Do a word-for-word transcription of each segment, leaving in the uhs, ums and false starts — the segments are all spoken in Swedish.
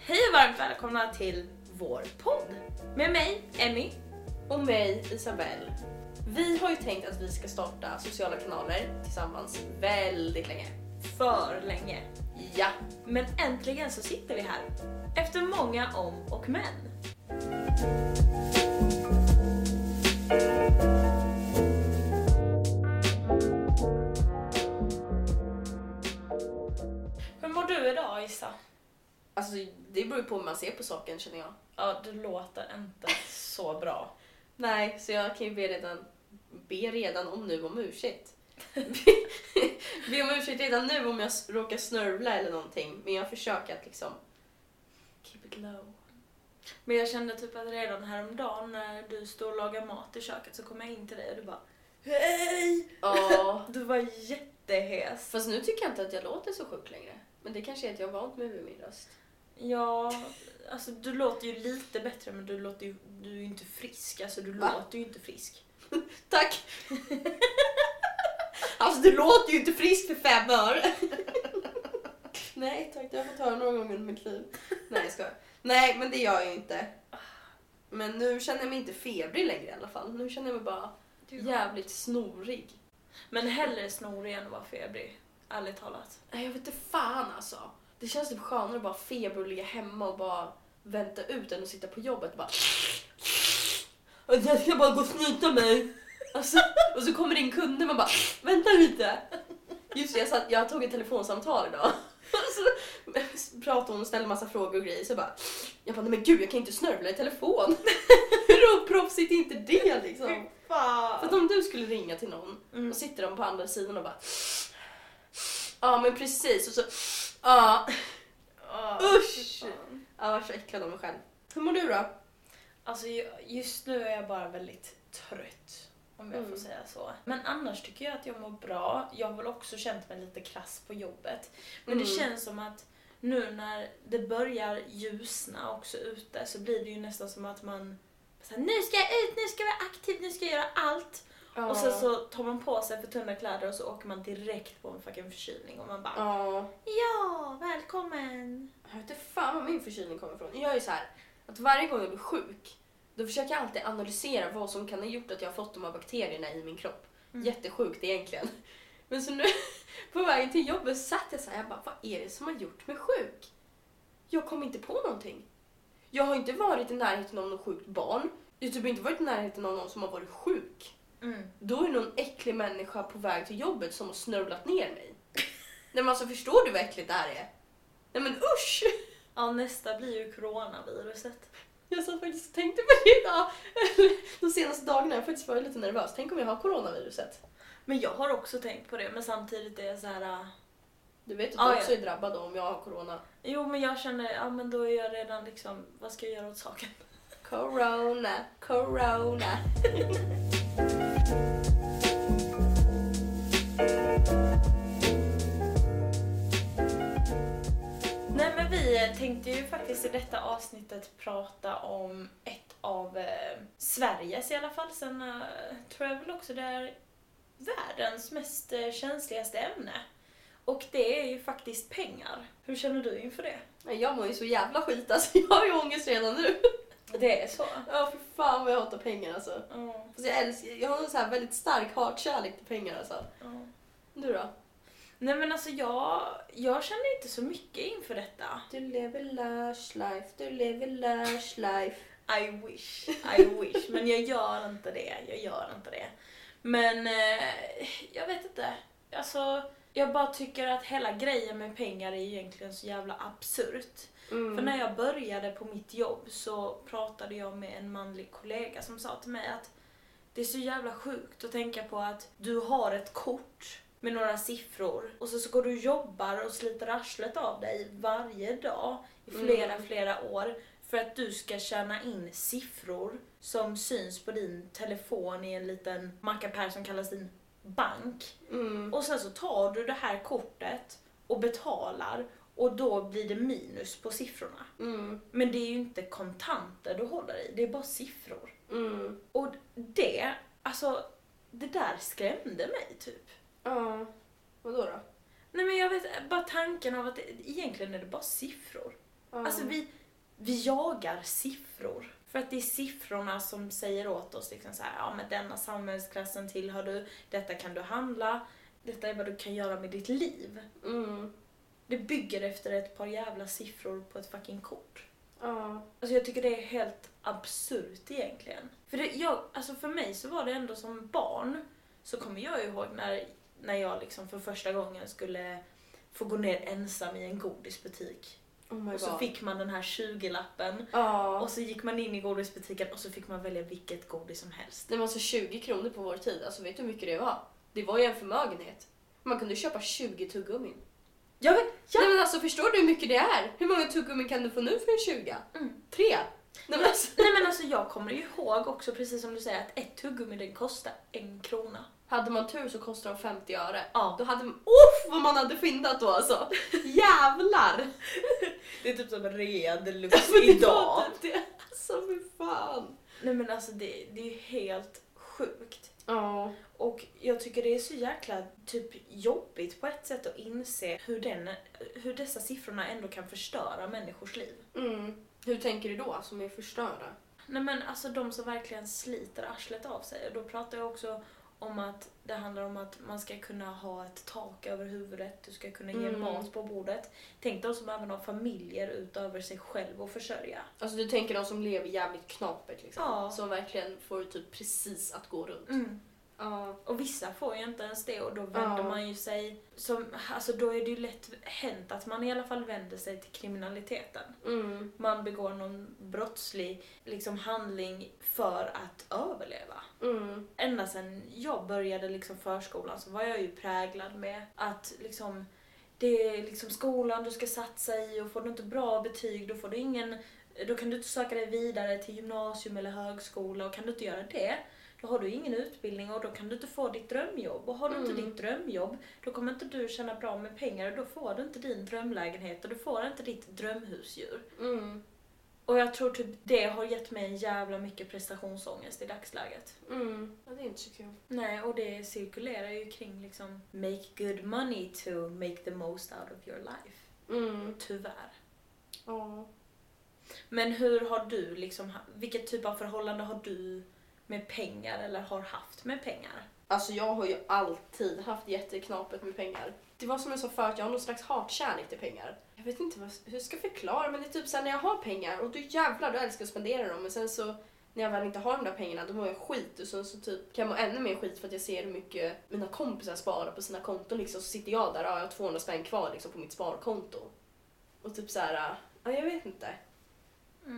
Hej och varmt välkomna till vår podd. Med mig, Emmy. Och mig, Isabelle. Vi har ju tänkt att vi ska starta sociala kanaler tillsammans väldigt länge. För länge. Ja. Men äntligen så sitter vi här. Efter många om och men. Hur mår du idag, Isa? Alltså det beror ju på hur man ser på saken, känner jag. Ja, du låter inte så bra. Nej, så jag kan ju be redan, be redan om nu om ursäkt. Be om ursäkt redan nu om jag råkar snörvla eller någonting. Men jag försöker att liksom keep it low. Men jag kände typ att redan häromdagen när du stod och lagade mat i köket så kom jag in till dig och du bara hej! Ja. Du var jättehes. Fast nu tycker jag inte att jag låter så sjuk längre. Men det kanske är att jag har vant mig vid min röst. Ja, alltså du låter ju lite bättre men du låter ju, du är ju inte frisk. Alltså du Va? låter ju inte frisk. Tack! Alltså du låter ju inte frisk för fem öre. Nej tack, det har jag fått höra några gånger under mitt liv. Nej jag skojar. Nej men det gör jag ju inte. Men nu känner jag mig inte febrig längre i alla fall. Nu känner jag mig bara jävligt snorig. Men hellre snorig än att vara febrig, ärligt talat. Nej jag vet inte fan alltså. Det känns typ skönare att bara feber och ligga hemma och bara vänta ut än att sitta på jobbet och bara jag ska bara gå och snyta mig. Alltså, och så kommer det in kunder och man bara vänta lite. Just det, jag, satt, jag tog ett telefonsamtal idag. Och så pratade hon och ställde massa frågor och grejer. Så bara, jag bara, nej men gud jag kan inte snörvla i telefon. Hur proffsigt är inte det liksom? Fan. För att om du skulle ringa till någon Mm. och sitter de på andra sidan och bara ja men precis och så ja Oh, usch. Ja, jag var så äcklad av mig själv. Hur mår du då? Alltså just nu är jag bara väldigt trött, om jag Mm. får säga så. Men annars tycker jag att jag mår bra. Jag har väl också känt mig lite krass på jobbet. Men Mm. det känns som att nu när det börjar ljusna också ute så blir det ju nästan som att man så här, nu ska jag ut, nu ska jag vara aktiv, nu ska jag göra allt. Ja. Och sen så tar man på sig för tunna kläder och så åker man direkt på en fucking förkylning och man bara Ja. ja, välkommen. Jag vet inte fan var min förkylning kommer ifrån. Jag är ju så här att varje gång jag blir sjuk då försöker jag alltid analysera vad som kan ha gjort att jag har fått de här bakterierna i min kropp. Mm. Jättesjukt egentligen. Men så nu på vägen till jobbet satt jag så här, jag bara, vad är det som har gjort mig sjuk? Jag kom inte på någonting. Jag har inte varit i närheten av något sjukt barn. Jag har typ inte varit i närheten av någon som har varit sjuk. Mm. Då är det någon äcklig människa på väg till jobbet som har snörvlat ner mig. Nej men alltså förstår du vad äckligt det här är? Nej men usch! Ja, nästa blir ju coronaviruset. Jag satt faktiskt och tänkte på det idag. De senaste dagarna har jag faktiskt varit lite nervös. Tänk om jag har coronaviruset. Men jag har också tänkt på det, men samtidigt är jag så här. Äh... Du vet att Ah, du också ja. är drabbad om jag har corona. Jo, men jag känner, ja men då är jag redan liksom, vad ska jag göra åt saken? Corona, corona. Nej, men vi tänkte ju faktiskt i detta avsnittet prata om ett av eh, Sveriges i alla fall, sen eh, tror jag väl också det är världens mest eh, känsligaste ämne. Och det är ju faktiskt pengar. Hur känner du inför det? Nej, jag mår ju så jävla skit alltså. Jag har ju ångest redan nu. Det är så. Ja för fan vad jag hatar pengar alltså. Mm. Fast jag älskar, jag har en så här väldigt stark hatkärlek till pengar alltså. Mm. Du då? Nej men alltså jag, jag känner inte så mycket inför detta. Du lever lush life, du lever lush life. I wish, I wish. Men jag gör inte det, jag gör inte det. Men eh, jag vet inte. Alltså, jag bara tycker att hela grejen med pengar är egentligen så jävla absurt. Mm. För när jag började på mitt jobb så pratade jag med en manlig kollega som sa till mig att det är så jävla sjukt att tänka på att du har ett kort med några siffror och så, så går du och jobbar och sliter arslet av dig varje dag i flera, Mm. flera år för att du ska tjäna in siffror som syns på din telefon i en liten mackapär som kallas din bank. Mm. Och sen så tar du det här kortet och betalar och då blir det minus på siffrorna. Mm. Men det är ju inte kontanter du håller i, det är bara siffror. Mm. Och det, alltså, det där skrämde mig typ. Ja, vadå då? Nej men jag vet, bara tanken av att det, egentligen är det bara siffror. Ja. Alltså vi, vi jagar siffror. För att det är siffrorna som säger åt oss liksom så här, ja men denna samhällsklassen tillhör du, detta kan du handla, detta är vad du kan göra med ditt liv. Mm. Det bygger efter ett par jävla siffror på ett fucking kort. Ja. Alltså jag tycker det är helt absurt egentligen. För, det, jag, alltså för mig så var det ändå som barn, så kommer jag ihåg när, när jag liksom för första gången skulle få gå ner ensam i en godisbutik. Oh my Och så God. fick man den här tjugo-lappen. Ja. Och så gick man in i godisbutiken och så fick man välja vilket godis som helst. Det var så tjugo kronor på vår tid. Alltså vet du hur mycket det var? Det var ju en förmögenhet. Man kunde köpa tjugo tuggummin. Ja, men, ja. Nej men alltså förstår du hur mycket det är? Hur många tuggummin kan du få nu för en tjugo? Mm. Tre? Nej men alltså. Nej men alltså jag kommer ju ihåg också, precis som du säger, att ett tuggummi den kostar en krona. Hade man tur så kostade de femtio öre. Ja. Då hade man, uff vad man hade fyndat då alltså. Jävlar! Det är typ som en rea deluxe Men det var idag. typ det. Alltså fy fan. Nej men alltså det, det är ju helt sjukt. Ja. Och jag tycker det är så jäkla typ jobbigt på ett sätt att inse hur, den, hur dessa siffrorna ändå kan förstöra människors liv. Mm. Hur tänker du då som är förstörda? Nej men alltså de som verkligen sliter arslet av sig. Och då pratar jag också om att det handlar om att man ska kunna ha ett tak över huvudet. Du ska kunna ge Mm. mat på bordet. Tänk de som även har familjer utöver sig själv och försörja. Alltså du tänker de som lever jävligt knapert liksom. Ja. Som verkligen får typ precis att gå runt. Mm. Ja. Och vissa får ju inte ens det och då vänder Ja. man ju sig som, alltså då är det ju lätt hänt att man i alla fall vänder sig till kriminaliteten. Mm. Man begår någon brottslig liksom, handling för att överleva. Mm. Ända sedan jag började liksom, förskolan så var jag ju präglad med att liksom, det är liksom skolan du ska satsa i och får du inte bra betyg då får du ingen, då kan du inte söka dig vidare till gymnasium eller högskola och kan du inte göra det då har du ingen utbildning och då kan du inte få ditt drömjobb. Och har du inte Mm. ditt drömjobb, då kommer inte du tjäna bra med pengar och då får du inte din drömlägenhet och du får inte ditt drömhusdjur. Mm. Och jag tror typ det har gett mig en jävla mycket prestationsångest i dagsläget. Mm. Ja, det är inte så kul. Nej, och det cirkulerar ju kring liksom make good money to make the most out of your life. Mm. Tyvärr. Ja. Men hur har du liksom, vilket typ av förhållande har du med pengar eller har haft med pengar? Alltså jag har ju alltid haft jätteknapet med pengar. Det var som jag sa förut, jag har någon slags hatkärlek till pengar. Jag vet inte vad, hur jag ska förklara, men det är typ så här, när jag har pengar och då jävlar då älskar jag att spendera dem. Men sen så när jag väl inte har de där pengarna då mår jag skit och så, så typ kan jag må ännu mer skit för att jag ser hur mycket mina kompisar sparar på sina konton liksom. Så sitter jag där och jag har tvåhundra spänn kvar liksom, på mitt sparkonto. Och typ så här, ja jag vet inte. Mm.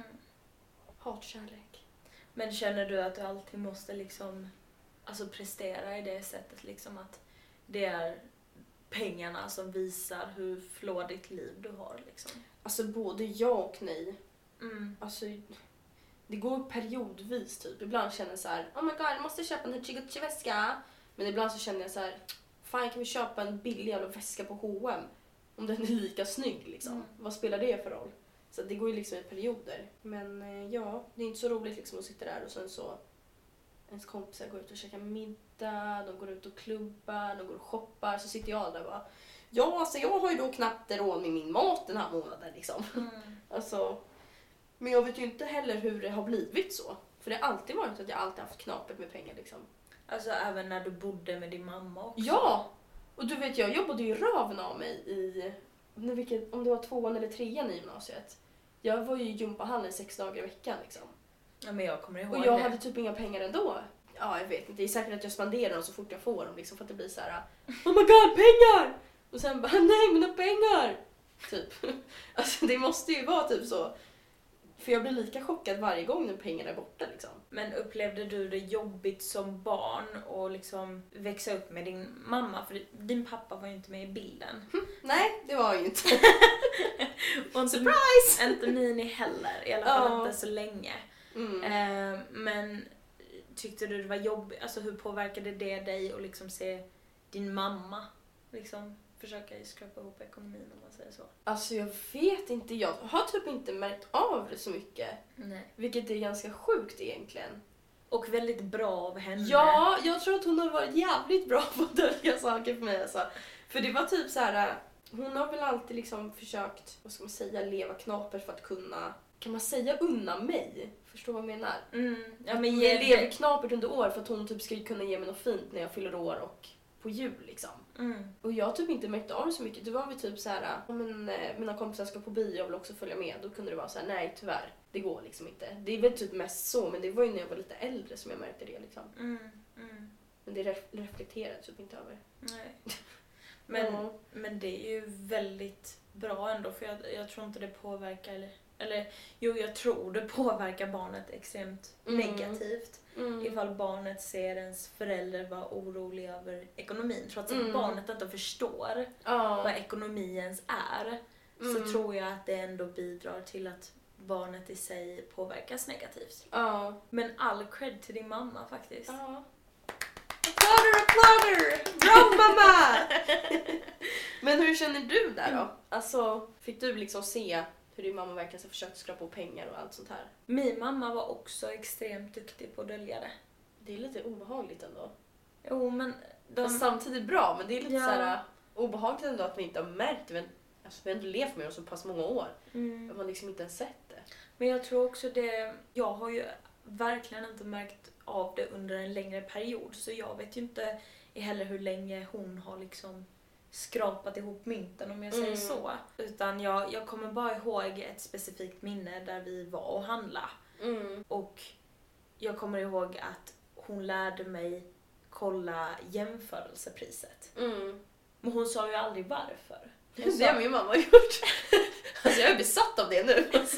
Hatkärlek. Men känner du att du alltid måste liksom, alltså prestera i det sättet liksom att det är pengarna som visar hur flådigt liv du har liksom? Alltså både ja och nej. Mm. Alltså, det går periodvis typ. Ibland känner jag så här, oh my god, jag måste köpa en Gucci-väska. Men ibland så känner jag så här, fan kan vi köpa en billig jävla väska på H och M? Om den är lika snygg liksom. Mm. Vad spelar det för roll? Så det går ju liksom i perioder. Men eh, ja, det är inte så roligt liksom att sitta där och sen så ens kompisar går ut och käkar middag, de går ut och klubbar, de går och shoppar. Så sitter jag där och bara, ja alltså jag har ju då knappt råd med min mat den här månaden liksom. Mm. Alltså, men jag vet ju inte heller hur det har blivit så. För det har alltid varit att jag alltid haft knapert med pengar liksom. Alltså även när du bodde med din mamma också? Ja! Och du vet, jag jobbade ju röven av mig i, vilket, om det var tvåan eller trean i gymnasiet. Jag var ju i gympahallen sex dagar i veckan liksom. Ja men jag kommer ihåg Och jag det. hade typ inga pengar ändå. Ja, jag vet inte. Det är säkert att jag spenderar dem så fort jag får dem liksom, för att det blir så här: oh my god, pengar! Och sen bara, nej mina pengar! Typ. Alltså det måste ju vara typ så. För jag blir lika chockad varje gång när pengarna är borta liksom. Men upplevde du det jobbigt som barn och liksom växa upp med din mamma? För din pappa var ju inte med i bilden. Nej, det var ju inte. Och inte, Surprise! inte Mini heller, i alla fall Ja. inte så länge. Mm. Eh, men tyckte du det var jobbigt? Alltså hur påverkade det dig att liksom se din mamma liksom försöka skrapa ihop ekonomin om man säger så? Alltså jag vet inte, jag har typ inte märkt av det så mycket. Nej. Vilket är ganska sjukt egentligen. Och väldigt bra av henne. Ja, jag tror att hon har varit jävligt bra på att dölja saker för mig alltså. För det var typ så här, hon har väl alltid liksom försökt, vad ska man säga, leva knapert för att kunna, kan man säga unna mig? Förstår vad jag menar? Mm. Ja, men men jag ge lever det. knapert under år för att hon typ ska kunna ge mig något fint när jag fyller år och på jul liksom. Mm. Och jag har typ inte märkt av det så mycket. Det var väl typ så här, ja, men eh, mina kompisar ska på bio och vill också följa med. Då kunde det vara så här: nej tyvärr, det går liksom inte. Det är väl typ mest så, men det var ju när jag var lite äldre som jag märkte det liksom. Mm. Mm. Men det ref- reflekterade typ inte över. Nej. Men, Ja. men det är ju väldigt bra ändå, för jag, jag tror inte det påverkar, eller, eller jo, jag tror det påverkar barnet extremt Mm. negativt. Mm. Ifall barnet ser ens förälder vara orolig över ekonomin, trots att Mm. barnet inte förstår Ja. vad ekonomi ens är, Mm. så tror jag att det ändå bidrar till att barnet i sig påverkas negativt. Ja. Men all cred till din mamma faktiskt. Ja. Applåder, applåder! Bra mamma! Men hur känner du där då? Alltså, fick du liksom se hur din mamma verkligen så försökte skrapa på pengar och allt sånt här? Min mamma var också extremt duktig på att dölja det. Det är lite obehagligt ändå. Jo, men de... Fast samtidigt bra, men det är lite Ja. så här obehagligt ändå att vi inte har märkt det. Men, alltså, vi har ändå levt med dem så pass många år. Mm. Att man liksom inte ens sett det. Men jag tror också det, jag har ju verkligen inte märkt av det under en längre period, så jag vet ju inte heller hur länge hon har liksom skrapat ihop mynten, om jag säger Mm. så. Utan jag, jag kommer bara ihåg ett specifikt minne där vi var och handla. Mm. Och jag kommer ihåg att hon lärde mig kolla jämförelsepriset. Mm. Men hon sa ju aldrig varför. Hon Det sa, har min mamma gjort. Alltså jag är besatt av det nu. Alltså.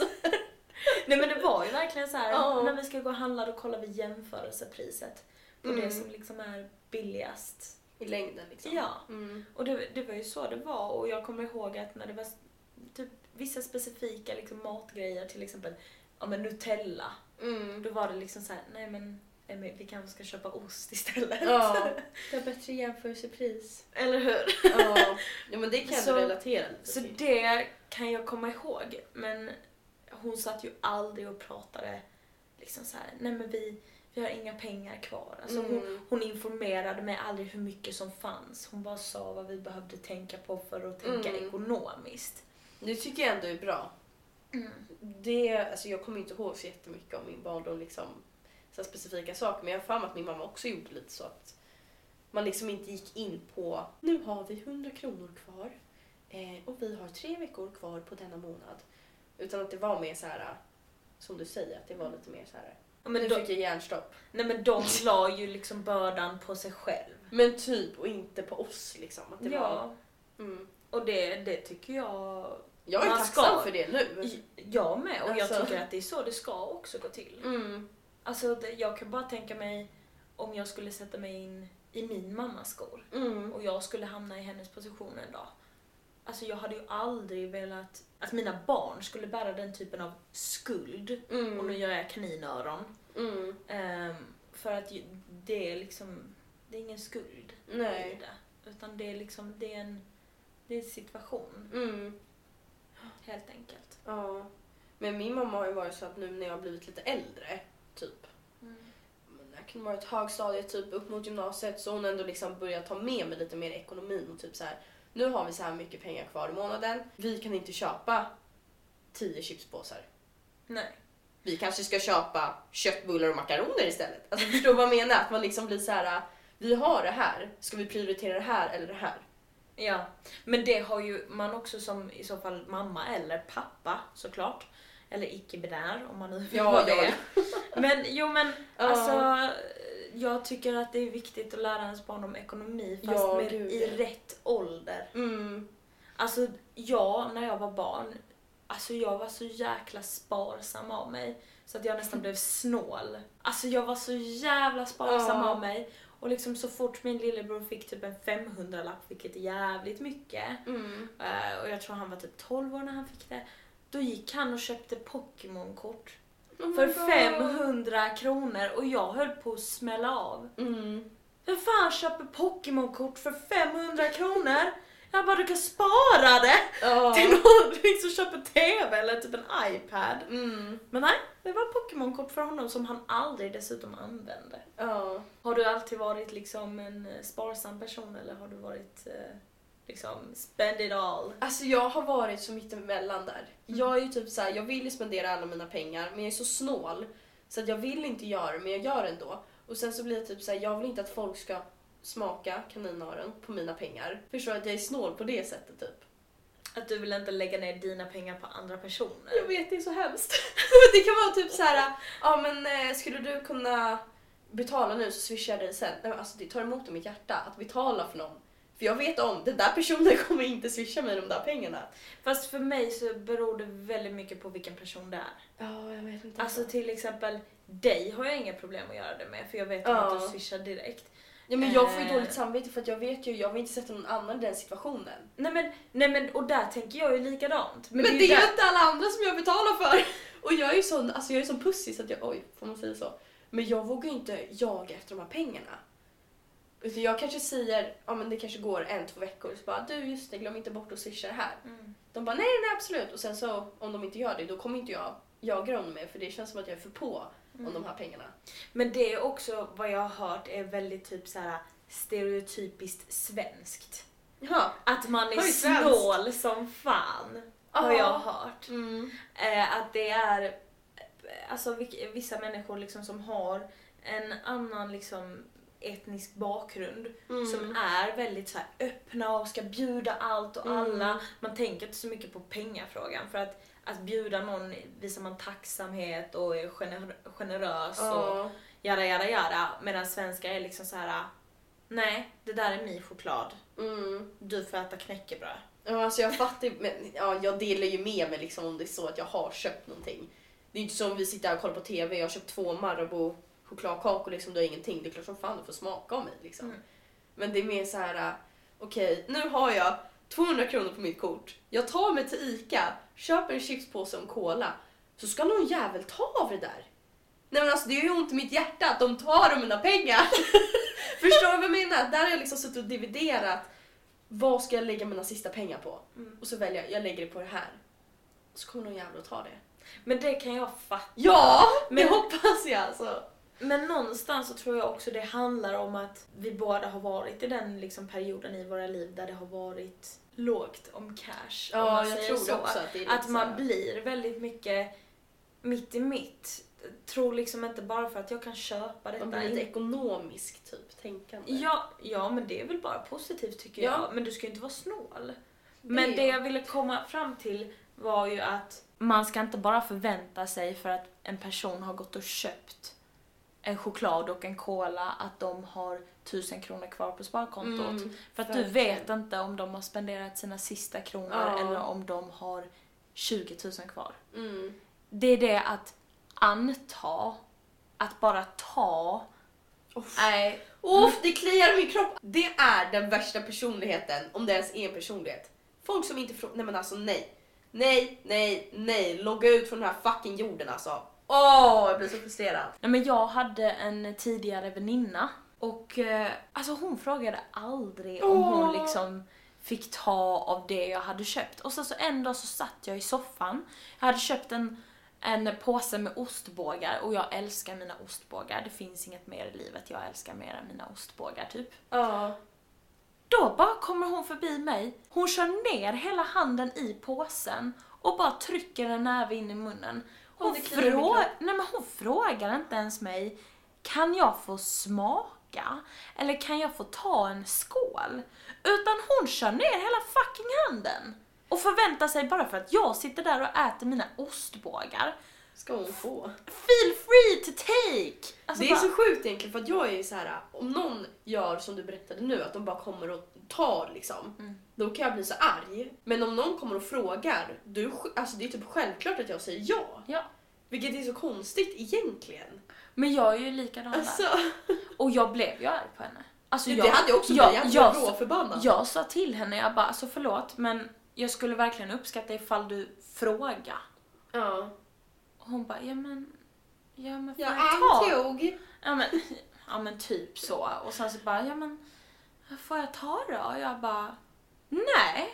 nej, men det var ju verkligen så här, Ja. när vi ska gå och handla då kollar vi jämförelsepriset på Mm. det som liksom är billigast. I längden liksom. Ja. Mm. Och det, det var ju så det var, och jag kommer ihåg att när det var typ vissa specifika liksom matgrejer, till exempel ja, men Nutella, Mm. då var det liksom så här: nej men Emmy, vi kanske ska köpa ost istället. Ja. Det är bättre jämförelsepris. Eller hur? Ja. Ja, men det kan jag Så- relatera lite Så till. det kan jag komma ihåg, men hon satt ju aldrig och pratade liksom så här: nej men vi, vi har inga pengar kvar. Alltså hon, Mm. hon informerade mig aldrig hur mycket som fanns. Hon bara sa vad vi behövde tänka på för att tänka Mm. ekonomiskt. Det tycker jag ändå är bra. Mm. Det, alltså jag kommer inte ihåg så jättemycket om min barndom, liksom, så här specifika saker. Men jag har för mig att min mamma också gjorde lite så att man liksom inte gick in på: nu har vi hundra kronor kvar eh, och vi har tre veckor kvar på denna månad. Utan att det var mer så här, som du säger, att det var lite mer så här. Ja, men Nu de, fick jag hjärnstopp. nej men de la ju liksom bördan på sig själv. Men typ, och inte på oss liksom. Att det Ja, var, mm. och det, det tycker jag... Jag är Man tacksam ska- för det nu. Jag med, och jag Alltså. tycker att det är så det ska också gå till. Mm. Alltså det, jag kan bara tänka mig om jag skulle sätta mig in i min mammas skor Mm. och jag skulle hamna i hennes position en dag. Alltså jag hade ju aldrig velat att mina barn skulle bära den typen av skuld. Mm. Och nu gör jag kaninöron. Mm. Ehm, för att ju- det är liksom, det är ingen skuld i Nej. det. Utan det är liksom, det är en, det är en situation, Mm. helt enkelt. Ja. Men min mamma har ju varit så att nu när jag har blivit lite äldre, typ, Mm. men det kan vara ett högstadiet, typ upp mot gymnasiet, så hon ändå liksom börjat ta med mig lite mer ekonomin och typ så här: nu har vi så här mycket pengar kvar i månaden, vi kan inte köpa tio chipspåsar. Nej. Vi kanske ska köpa köttbullar och makaroner istället. Alltså förstår vad jag menar? Att man liksom blir så här: vi har det här, ska vi prioritera det här eller det här? Ja, men det har ju man också som i så fall mamma eller pappa såklart. Eller icke-binär om man nu vill Ja, vara ja. det. Men jo men Ja. alltså jag tycker att det är viktigt att lära ens barn om ekonomi fast Ja, med, gud, i ja. rätt ålder. Mm. Alltså jag, när jag var barn, alltså jag var så jäkla sparsam av mig så att jag nästan blev snål. Alltså jag var så jävla sparsam Ja. av mig. Och liksom så fort min lillebror fick typ en femhundralapp, vilket är jävligt mycket. Mm. eh, och jag tror han var typ tolv år när han fick det. Då gick han och köpte Pokémon-kort Oh my för God. femhundra kronor och jag höll på att smälla av. Mm. Vem fan köper Pokémon-kort för femhundra kronor? Jag bara, du kan spara det Ja. till någon som liksom köper tv eller typ en iPad. Mm. Men nej, det var Pokémon-kort för honom som han aldrig dessutom använde. Ja. Har du alltid varit liksom en eh, sparsam person eller har du varit... Eh... liksom spend it all? Alltså jag har varit så mittemellan där. Jag är ju typ så här, jag vill ju spendera alla mina pengar men jag är så snål så att jag vill inte göra det men jag gör det ändå. Och sen så blir det typ så här, jag vill inte att folk ska smaka kaninöron på mina pengar. Förstår att jag är snål på det sättet typ. Att du vill inte lägga ner dina pengar på andra personer? Jag vet, det är så hemskt. Det kan vara typ så här, ja men skulle du kunna betala nu så swishar jag dig sen. Nej, men alltså det tar emot i mitt hjärta att betala för någon. För jag vet om, den där personen kommer inte swisha mig de där pengarna. Fast för mig så beror det väldigt mycket på vilken person det är. Ja, jag vet inte. Alltså till exempel, dig har jag inga problem att göra det med. För jag vet ja. att du swishar direkt. Ja men jag får ju dåligt samvete för att jag vet ju, jag vill inte sätta någon annan i den situationen. Nej men, nej men och där tänker jag ju likadant. Men, men det är ju där... inte alla andra som jag betalar för. Och jag är ju sån, alltså jag är sån pussig så att jag, oj får man säga så. Men jag vågar ju inte jaga efter de här pengarna. Utan jag kanske säger, ja men det kanske går en, två veckor så bara, du just det, glöm inte bort att swisha det här. Mm. De bara, nej nej absolut. Och sen så, om de inte gör det, då kommer inte jag jaga dem med. För det känns som att jag är för på mm. om de här pengarna. Men det är också, vad jag har hört, är väldigt typ så här stereotypiskt svenskt. Ja. Att man är snål som fan, aha. Har jag hört. Mm. Eh, att det är, alltså vissa människor liksom som har en annan liksom etnisk bakgrund mm. som är väldigt så här öppna och ska bjuda allt och mm. alla. Man tänker inte så mycket på pengafrågan för att att bjuda någon visar man tacksamhet och är gener- generös oh. och jada jada jada, medan svenskar är liksom så här: nej, det där är min choklad. Mm. Du får äta knäckebröd. Ja, alltså jag fattar, men ja, jag delar ju med mig liksom om det är så att jag har köpt någonting. Det är inte som vi sitter här och kollar på tv, jag har köpt två Marabou chokladkakor liksom, det är ingenting. Det är klart som fan du får smaka av mig liksom. Mm. Men det är mer så här: okej, okay, nu har jag tvåhundra kronor på mitt kort. Jag tar mig till Ica, köper en chipspåse om cola. Så ska någon jävel ta av det där. Nej men alltså det är ju ont i mitt hjärta att de tar av mina pengar. Förstår du vad jag menar? Där har jag liksom suttit och dividerat. Vad ska jag lägga mina sista pengar på? Mm. Och så väljer jag, jag lägger det på det här. Så kommer någon jävel att ta det. Men det kan jag fatta. Ja, men det hoppas jag alltså. Men någonstans så tror jag också det handlar om att vi båda har varit i den liksom perioden i våra liv där det har varit lågt om cash. Ja, man jag tror så. Också att det är att man blir väldigt mycket mitt i mitt. Tror liksom inte bara för att jag kan köpa detta. Man blir lite ekonomiskt typ tänkande. Ja, ja, men det är väl bara positivt tycker ja. jag. Men du ska ju inte vara snål. Det men det jag ville komma fram till var ju att man ska inte bara förvänta sig för att en person har gått och köpt en choklad och en cola att de har tusen kronor kvar på sparkontot. Mm, för att verkligen. Du vet inte om de har spenderat sina sista kronor ja. eller om de har tjugo tusen kvar. Mm. Det är det att anta, att bara ta. Uff. Nej. Uff, det kliar min kropp. Det är den värsta personligheten, om det ens är en personlighet. Folk som inte frågar, nej men alltså nej. Nej, nej, nej. Logga ut från den här fucking jorden alltså. Åh, oh, jag blir så frustrerad. Nej, men jag hade en tidigare väninna och eh, alltså hon frågade aldrig om oh. hon liksom fick ta av det jag hade köpt. Och så, så en dag så satt jag i soffan. Jag hade köpt en, en påse med ostbågar och jag älskar mina ostbågar. Det finns inget mer i livet jag älskar mer än mina ostbågar typ. Ja. Oh. Då bara kommer hon förbi mig. Hon kör ner hela handen i påsen och bara trycker en näve in i munnen. Hon, frå- Nej, men hon frågar inte ens mig, kan jag få smaka? Eller kan jag få ta en skål? Utan hon kör ner hela fucking handen. Och förväntar sig bara för att jag sitter där och äter mina ostbågar. Ska hon få? Feel free to take! Alltså det är bara... så sjukt egentligen för att jag är så här: om någon gör som du berättade nu, att de bara kommer och tar liksom, mm. då kan jag bli så arg. Men om någon kommer och frågar, du, alltså det är typ självklart att jag säger ja. Ja. Vilket är så konstigt egentligen. Men jag är ju likadan alltså. Där. Och jag blev ju arg på henne. Alltså jag, det hade jag också jag, blivit, jag, jag, jag, förbannad. Jag sa till henne, jag bara, alltså förlåt, men jag skulle verkligen uppskatta ifall du frågar. Ja. Hon bara, ja men... Ja men får jag, jag antog. Ja men, ja men typ så. Och sen så bara, ja men... Får jag ta då? Och jag bara, nej.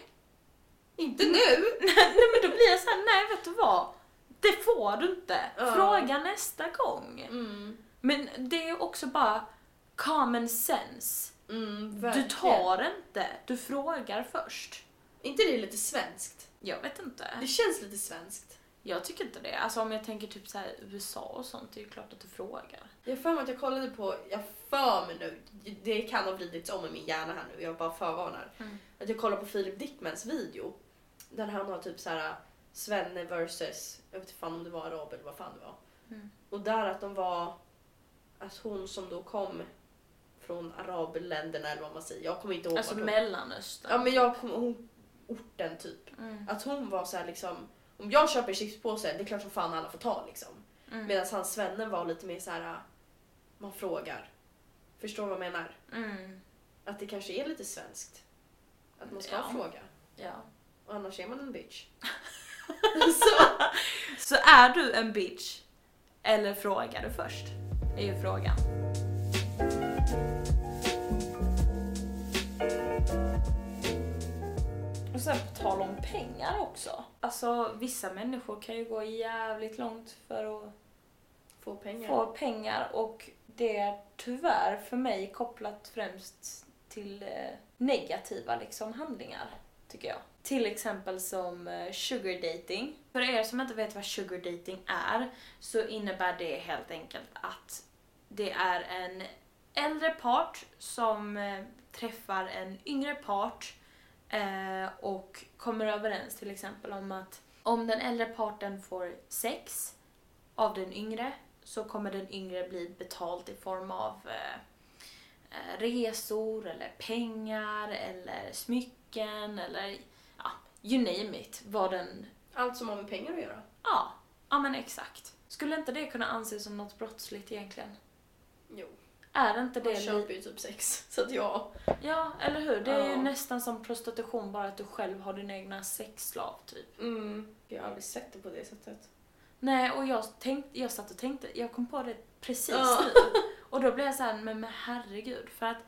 Inte nu. Nej men då blir jag så här, nej vet du vad? Det får du inte. Uh. Fråga nästa gång. Mm. Men det är också bara common sense. Mm, Du verkligen. tar inte, du frågar först. inte det lite svenskt? Jag vet inte. Det känns lite svenskt. Jag tycker inte det. Alltså om jag tänker typ så här U S A och sånt, det är ju klart att du frågar. Jag för mig att jag kollade på, jag för mig nu, det kan ha vridits om i min hjärna här nu, jag bara förvarnar. Mm. Att jag kollade på Philip Dickmans video. Där han har typ så här Svenne versus, jag vet inte fan om det var arab eller vad fan det var. Mm. Och där att de var, att hon som då kom från arabländerna eller vad man säger, jag kommer inte ihåg. Alltså vart hon- Mellanöstern. Ja men jag kommer hon, orten typ. Mm. Att hon var så här liksom, om jag köper chipspåse, det är klart som fan alla får ta liksom. Mm. Medan hans svennen var lite mer så här, man frågar. Förstår vad jag menar? Mm. Att det kanske är lite svenskt. Att man ska Ja. fråga. Ja. Och annars är man en bitch. Så. Så är du en bitch eller frågar du först? Det är ju frågan. Och sen på tal om pengar också. Alltså vissa människor kan ju gå jävligt långt för att Få pengar. få pengar och det är tyvärr för mig kopplat främst till eh, negativa liksom handlingar tycker jag. Till exempel som eh, sugar dating. För er som inte vet vad sugar dating är så innebär det helt enkelt att det är en äldre part som eh, träffar en yngre part eh, och kommer överens till exempel om att om den äldre parten får sex av den yngre så kommer den yngre bli betalt i form av eh, eh, resor eller pengar eller smycken eller ja, you name it. Vad den... Allt som har med pengar att göra. Ja, ja men exakt. Skulle inte det kunna anses som något brottsligt egentligen? Jo. Är inte det... Man li- köper ju typ sex. Så att ja. Ja, eller hur? Det är ju Ja. nästan som prostitution bara att du själv har din egna sexslav typ. Mm. Jag har aldrig sett det på det sättet. Nej, och jag, tänkte, jag satt och tänkte, jag kom på det precis Ja. nu. Och då blev jag så här, men, men herregud. För att,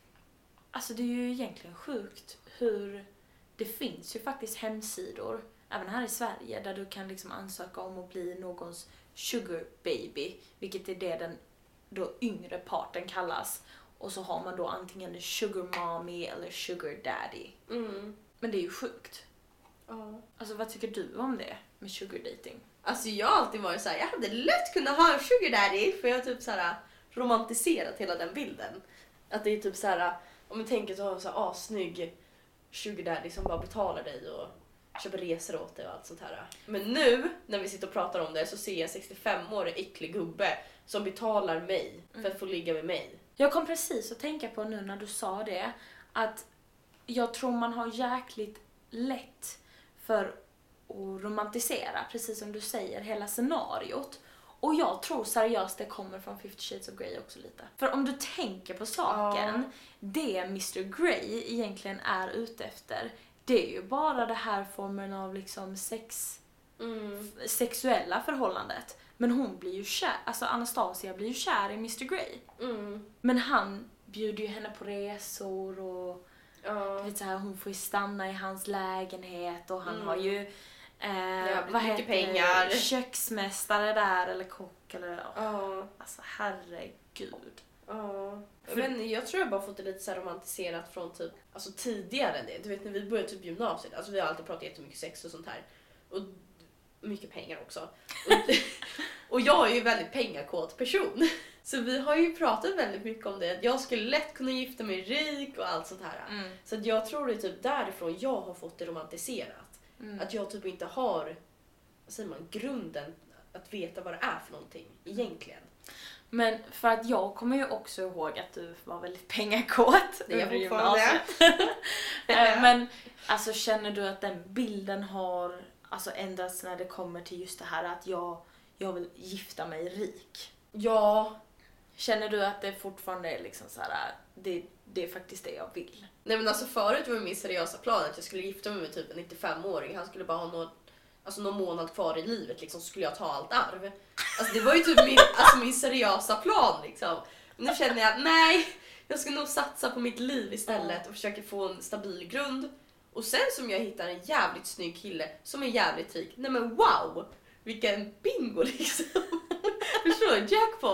alltså det är ju egentligen sjukt hur, det finns ju faktiskt hemsidor, även här i Sverige, där du kan liksom ansöka om att bli någons sugar baby. Vilket är det den då yngre parten kallas. Och så har man då antingen sugar mommy eller sugar daddy. Mm. Men det är ju sjukt. Ja. Alltså vad tycker du om det med sugar dating? Alltså jag har alltid varit så här, jag hade lätt kunnat ha en sugar daddy för jag har typ så här romantiserat hela den bilden. Att det är typ så här, om man tänker att du har en så här assnygg sugar daddy som bara betalar dig och köper resor åt dig och allt sånt här. Men nu när vi sitter och pratar om det så ser jag en sextiofem-årig äcklig gubbe som betalar mig för att få ligga med mig. Jag kom precis att tänka på nu när du sa det att jag tror man har jäkligt lätt för att romantisera, precis som du säger, hela scenariot. Och jag tror seriöst det kommer från Fifty Shades of Grey också lite. För om du tänker på saken, Ja. det mister Grey egentligen är ute efter, det är ju bara det här formen av liksom sex, Mm. sexuella förhållandet. Men hon blir ju kär, alltså Anastasia blir ju kär i mister Grey. Mm. Men han bjuder ju henne på resor och Ja. du vet, så här, hon får ju stanna i hans lägenhet och han Mm. har ju eh, Jävligt vad mycket heter pengar. det? Köksmästare där eller kock eller ja. Ja. Alltså herregud. Ja. För- Men jag tror jag bara fått det lite så här romantiserat från typ, alltså tidigare än det. Du vet när vi började typ gymnasiet, alltså vi har alltid pratat jättemycket sex och sånt här. Och mycket pengar också. Och, och jag är ju en väldigt pengakåt person. Så vi har ju pratat väldigt mycket om det. Jag skulle lätt kunna gifta mig rik och allt sånt här. Mm. Så att jag tror det är typ därifrån jag har fått det romantiserat. Mm. Att jag typ inte har, vad säger man, grunden att veta vad det är för någonting egentligen. Men för att jag kommer ju också ihåg att du var väldigt pengakåt Det är jag under fortfarande. gymnasiet. Eh, Men alltså känner du att den bilden har alltså ändrats när det kommer till just det här att jag, jag vill gifta mig rik? Ja. Känner du att det fortfarande är liksom så här, det, det är faktiskt det jag vill? Nej men alltså förut var min seriösa plan att jag skulle gifta mig med typ en nittiofem-åring. Han skulle bara ha något, alltså någon månad kvar i livet liksom, så skulle jag ta allt arv. Alltså det var ju typ min, alltså min seriösa plan liksom. Men nu känner jag, nej, jag ska nog satsa på mitt liv istället och försöka få en stabil grund. Och sen som jag hittar en jävligt snygg kille som är jävligt rik. Nej men wow, vilken bingo liksom. Förstår du? Jackpot.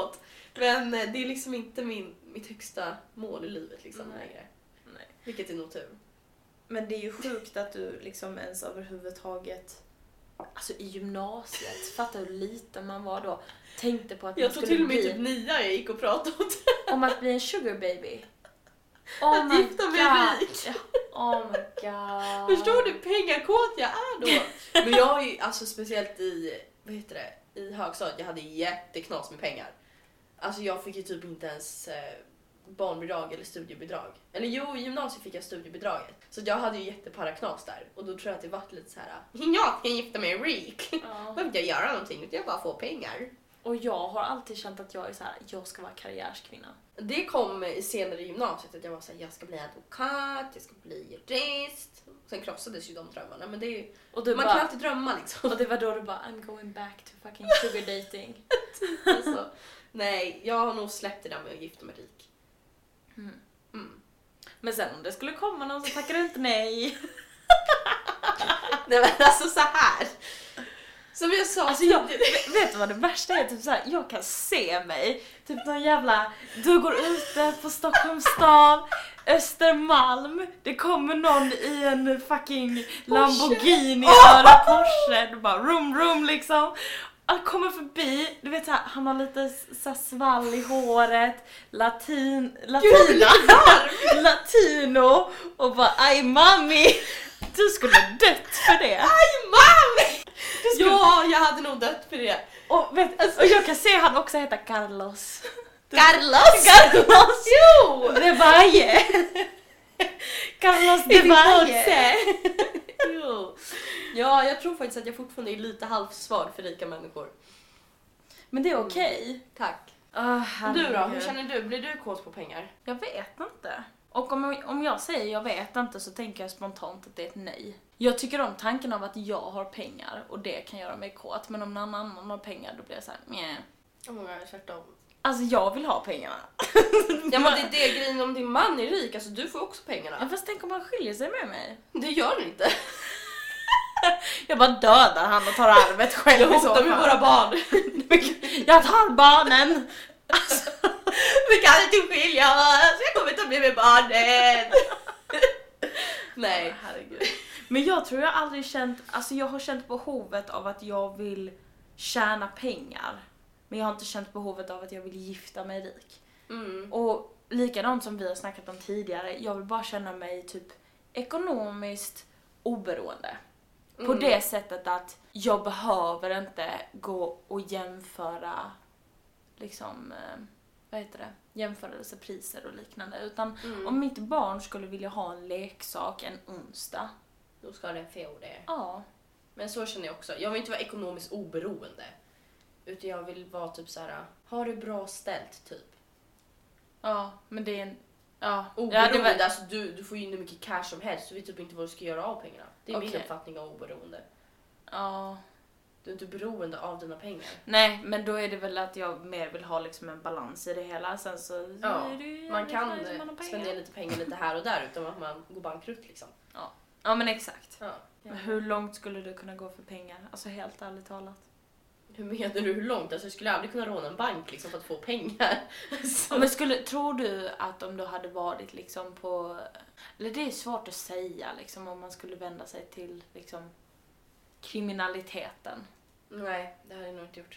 Men det är liksom inte min, mitt högsta mål i livet liksom Nej. längre. Nej. Vilket är nog tur. Men det är ju sjukt att du liksom ens överhuvudtaget, alltså i gymnasiet, fattar hur liten man var då, tänkte på att Jag man tror skulle till och med bli, typ nia jag gick och pratade om det. om att bli en sugar baby. Oh Att my gifta mig God. rik. Ja, oh my god. Förstår du pengakåt jag är då? Men jag har ju, alltså speciellt i, vad heter det, i högstadiet, jag hade jätteknas med pengar. Alltså jag fick ju typ inte ens eh, barnbidrag eller studiebidrag. Eller jo, i gymnasiet fick jag studiebidraget. Så jag hade ju jätteparaknas där. Och då tror jag att det var lite så här: jag ska gifta mig rik. Ja. Behöver inte jag göra någonting, utan jag bara får pengar. Och jag har alltid känt att jag är så här, jag ska vara karriärskvinna. Det kom i senare i gymnasiet att jag var så här: jag ska bli advokat, jag ska bli jurist. Sen krossades ju de drömmarna, men det är ju, Och du man bara, kan alltid drömma liksom. och det var då du bara, I'm going back to fucking sugar dating. Alltså, nej, jag har nog släppt det där med att gifta mig rik. Mm. Mm. Men sen om det skulle komma någon så tackar du inte nej. Nej men alltså så här. Som jag sa, Alltså jag, vet du vad det värsta är? Typ så här, jag kan se mig, typ någon jävla, du går ute på Stockholms stad, Östermalm, det kommer någon i en fucking Lamborghini eller Porsche, du bara rum rum liksom. Han kommer förbi, du vet så här, han har lite så här svall i håret, latin, latina, latino och bara aj mami, du skulle dött för det. aj mami! Ja, jag hade nog dött för det. Och, vet, och jag kan se han också heta Carlos. Carlos! Carlos! Jo! De Valle! Carlos de Valle! Jo. Ja, jag tror faktiskt att jag fortfarande är lite halvsvag för rika människor. Men det är okej. Tack. Oh, Du då, hur känner du? Blir du kåt på pengar? Jag vet inte. Och om, om jag säger jag vet inte så tänker jag spontant att det är ett nej. Jag tycker om tanken av att jag har pengar och det kan göra mig kåt. Men om någon annan har pengar då blir jag såhär, meh. Oh my God, tvärtom. Alltså jag vill ha pengarna. Ja men det är det grejen, om din man är rik, alltså du får också pengarna. Ja, fast tänk om han skiljer sig med mig. Det gör du inte. Jag bara dödar han och tar arvet själv. Jag i så hotar med fall. våra barn. Jag tar barnen. Alltså, vi kan inte skilja oss, jag kommer inte att bli med barnen. Nej. Herregud. Men jag tror jag aldrig känt, alltså jag har känt behovet av att jag vill tjäna pengar. Men jag har inte känt behovet av att jag vill gifta mig rik. Mm. Och likadant som vi har snackat om tidigare, jag vill bara känna mig typ ekonomiskt oberoende. På Mm. det sättet att jag behöver inte gå och jämföra liksom, eh, vad heter det? Jämförelsepriser och liknande. Utan Mm. om mitt barn skulle vilja ha en leksak en onsdag. Då ska den få det. Ja. Men så känner jag också. Jag vill inte vara ekonomiskt oberoende. Utan jag vill vara typ så här: har det bra ställt typ. Ja, men det är en... Ja. Oberoende, Ja, det var... alltså du, du får ju hur mycket cash som helst. Du vet typ inte vad du ska göra av pengarna. Det är min Okej. uppfattning av oberoende. Ja. Du är inte beroende av dina pengar. Nej, men då är det väl att jag mer vill ha liksom en balans i det hela. Sen så... Ja, är det ju man kan jävligt nice om man har eh, pengar. spendera lite pengar lite här och där utan att man går bankrutt liksom. Ja, men exakt. Ja. Men hur långt skulle du kunna gå för pengar? Alltså helt ärligt talat. Hur menar du hur långt? Alltså jag skulle aldrig kunna råna en bank liksom för att få pengar. Så. Ja, men skulle, tror du att om du hade varit liksom på... Eller det är svårt att säga liksom om man skulle vända sig till liksom kriminaliteten. Nej, det hade jag nog inte gjort.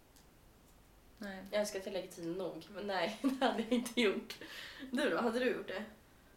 Nej. Jag önskar att jag lägger tiden nog, men nej, det hade jag inte gjort. Du då, hade du gjort det?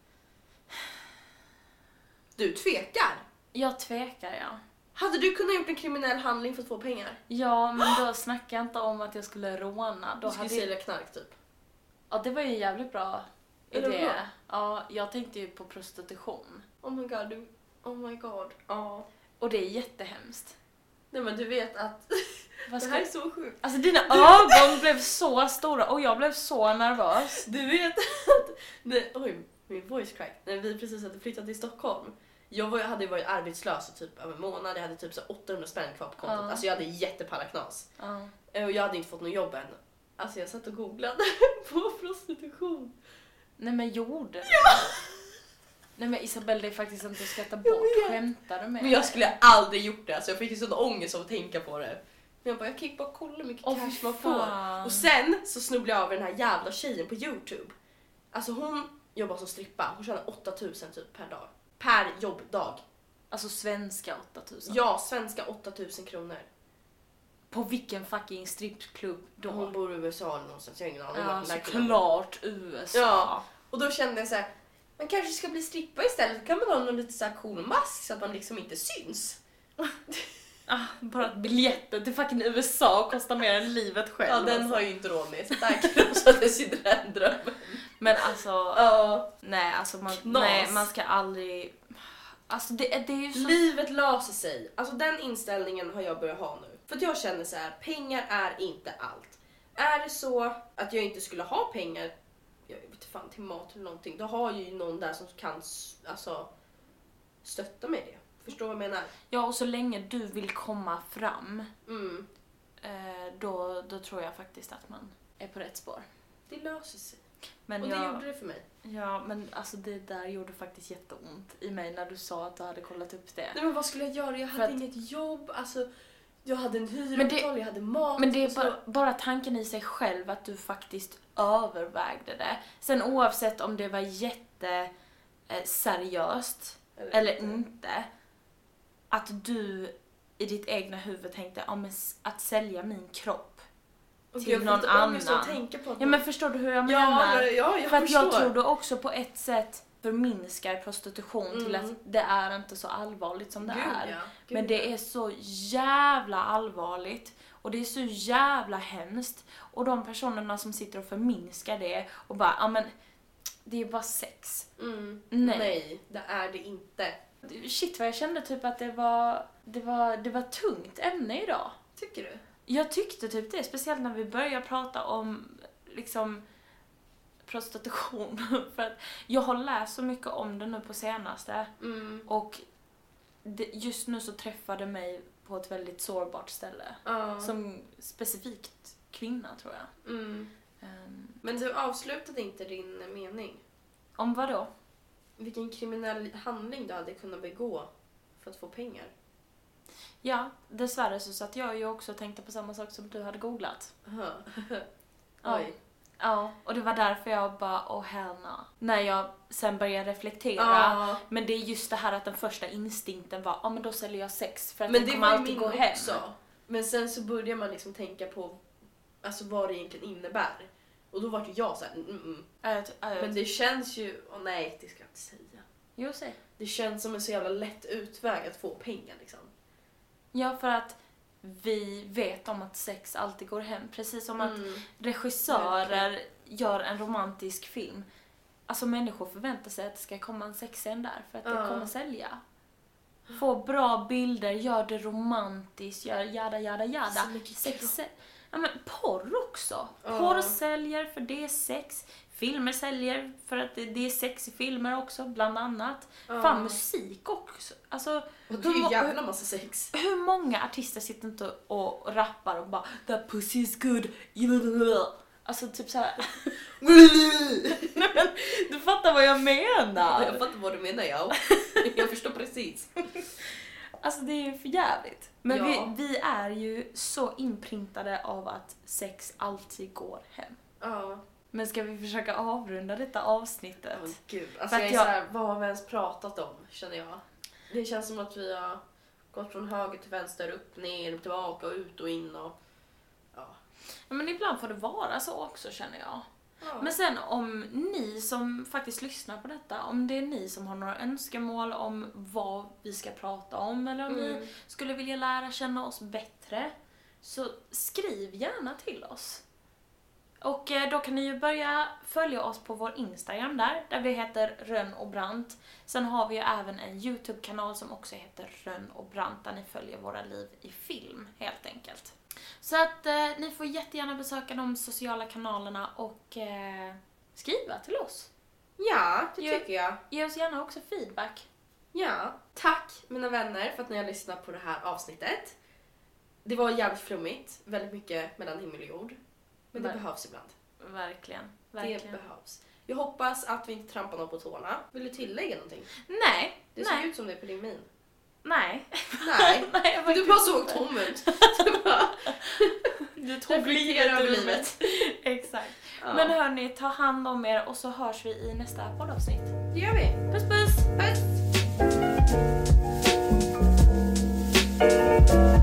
Du tvekar. Jag tvekar, ja. Hade du kunnat gjort en kriminell handling för att få pengar? Ja, men då snackar jag inte om att jag skulle råna. Då Du skulle hade... sälja knark typ. Ja, det var ju en jävligt bra Är det idé. bra? Ja, jag tänkte ju på prostitution. Oh my god, du... Oh my god. Ja. Och det är jättehemskt. Nej men du vet att... Vad Det ska... här är så sjukt. Alltså dina ögon blev så stora och jag blev så nervös. Du vet att... Nej, oj, min voice crack. När vi precis hade flyttat till Stockholm. Jag, var, jag hade ju varit arbetslös i typ över en månad. Jag hade typ så åttahundra spänn kvar på kontot. Ja. Alltså jag hade jättepallaknas. Ja. Och jag hade inte fått något jobb än. Alltså jag satt och googlade på prostitution. Nej men gjorde det? Nej men Isabelle, det är faktiskt inte att skratta bort. Skämtar du med Men jag mig? skulle aldrig gjort det. Alltså jag fick ju sån ångest av att tänka på det. Men jag bara, jag kan ju bara kolla hur mycket Åh, cash fy man får. fan. Och sen så snubblade jag över den här jävla tjejen på YouTube. Alltså hon jobbar som strippa. Hon tjänar åtta tusen typ per dag. Per jobbdag. Alltså svenska åtta tusen. Ja, svenska åtta tusen kronor. På vilken fucking strippklubb då? Hon bor i U S A eller någonstans, jag har ingen aning. Ja, vart den där killen bor. såklart U S A. Ja. Och då kände jag så här, man kanske ska bli strippa istället. Då kan man ha någon lite så här cool mask så att man liksom inte syns. Ah, bara att biljetten till fucking U S A kostar mer än livet själv. Ja, den alltså. har ju inte råd med. Så där krossades ju den drömmen. Men alltså, Ja. nej, alltså man, Knas. nej, man ska aldrig... Alltså det, det är ju så... Livet löser sig. Alltså den inställningen har jag börjat ha nu. För att jag känner så här, pengar är inte allt. Är det så att jag inte skulle ha pengar, jag vet inte fan, till mat eller någonting, då har jag ju någon där som kan alltså stötta mig det. Förstår vad jag menar? Ja, och så länge du vill komma fram, Mm. eh, då, då tror jag faktiskt att man är på rätt spår. Det löser sig. Men Och det jag, gjorde det för mig. ja, men alltså det där gjorde faktiskt jätteont i mig när du sa att du hade kollat upp det. Nej, men vad skulle jag göra? Jag För hade att- inget jobb, alltså jag hade en hyra, Men det- jag hade mat. Men det är så- bara, bara tanken i sig själv att du faktiskt övervägde det. Sen oavsett om det var jätte eh, seriöst eller inte, att du i ditt egna huvud tänkte ja, men s- att sälja min kropp Och till jag får någon inte ångest annan. att tänka på att Ja, men förstår du hur jag ja, menar? ja, ja, jag För att jag förstår. tror du också på ett sätt förminskar prostitution till Mm. att det är inte så allvarligt som det Gud, är. ja. Gud, Men det ja. är så jävla allvarligt och det är så jävla hemskt. Och de personerna som sitter och förminskar det och bara, ja men det är bara sex. Mm. Nej. Nej, det är det inte. Shit vad jag kände typ att det var, det var, det var tungt ämne idag. Tycker du? Jag tyckte typ det, speciellt när vi började prata om liksom prostitution. För att jag har läst så mycket om det nu på senaste Mm. och det, just nu så träffade mig på ett väldigt sårbart ställe. Ja. Som specifikt kvinna tror jag. Mm. Um, Men du avslutade inte din mening. om vad då? Vilken kriminell handling du hade kunnat begå för att få pengar. Ja, dessvärre så satt jag ju också och tänkte på samma sak som du hade googlat. Aha. Ja. Oj. Ja, och det var därför jag bara, åh hellna. När jag sen började reflektera. Ja. Men det är just det här att den första instinkten var, ja men då säljer jag sex för att Men den det kommer var ju alltid min gå hem. också. Men sen så börjar man liksom tänka på alltså vad det egentligen innebär. Och då var det jag så här, mm, mm. Ja, jag t- ja, jag Men det känns ju, åh nej, det ska jag inte säga. Jo, säg. Det känns som en så jävla lätt utväg att få pengar liksom. Ja, för att vi vet om att sex alltid går hem. Precis som att Mm. regissörer gör en romantisk film. Alltså människor förväntar sig att det ska komma en sexscen där för att det Ja. kommer sälja. Få bra bilder, gör det romantiskt, gör jada jada jada. Så mycket Sex, ja, men porr också. Ja. Porr säljer för det är sex. Filmer säljer för att det det är sex i filmer också, bland annat. Ja. Fan, musik också. Alltså, Och det är hur ju mo- jävla massa sex. hur många artister sitter inte och, och rappar och bara that pussy is good. Alltså typ såhär. Du fattar vad jag menar. Jag fattar vad du menar, ja. Jag förstår precis. Alltså det är ju för jävligt. Men Ja. vi, vi är ju så inprintade av att sex alltid går hem. Ja. Men ska vi försöka avrunda detta avsnittet? Åh gud, alltså För jag att är jag- så här, vad har vi ens pratat om, känner jag. Det känns som att vi har gått från höger till vänster, upp, ner, tillbaka, ut och in och ja. Ja, men ibland får det vara så också, känner jag. Ja. Men sen om ni som faktiskt lyssnar på detta, om det är ni som har några önskemål om vad vi ska prata om eller om Mm. ni skulle vilja lära känna oss bättre, så skriv gärna till oss. Och eh, då kan ni ju börja följa oss på vår Instagram där, där vi heter Rönn och Brant. Sen har vi ju även en YouTube-kanal som också heter Rönn och Brant, där ni följer våra liv i film, helt enkelt. Så att eh, ni får jättegärna besöka de sociala kanalerna och eh, skriva till oss. Ja, det Ja. tycker jag. Ge oss gärna också feedback. Ja, tack mina vänner för att ni har lyssnat på det här avsnittet. Det var jävligt flummigt, väldigt mycket mellan himmel och jord. Men det Ver- behövs ibland. Verkligen. Det Verkligen. behövs. Jag hoppas att vi inte trampar någon på tårna. Vill du tillägga någonting? Nej. Det ser nej. ut som det på din min. Nej. Nej. nej jag Du faktiskt bara såg inte. tom ut. Du bara, Reflektera över livet. Exakt. Ja. Men hörni, ta hand om er och så hörs vi i nästa poddavsnitt. Det gör vi. Puss puss! Puss!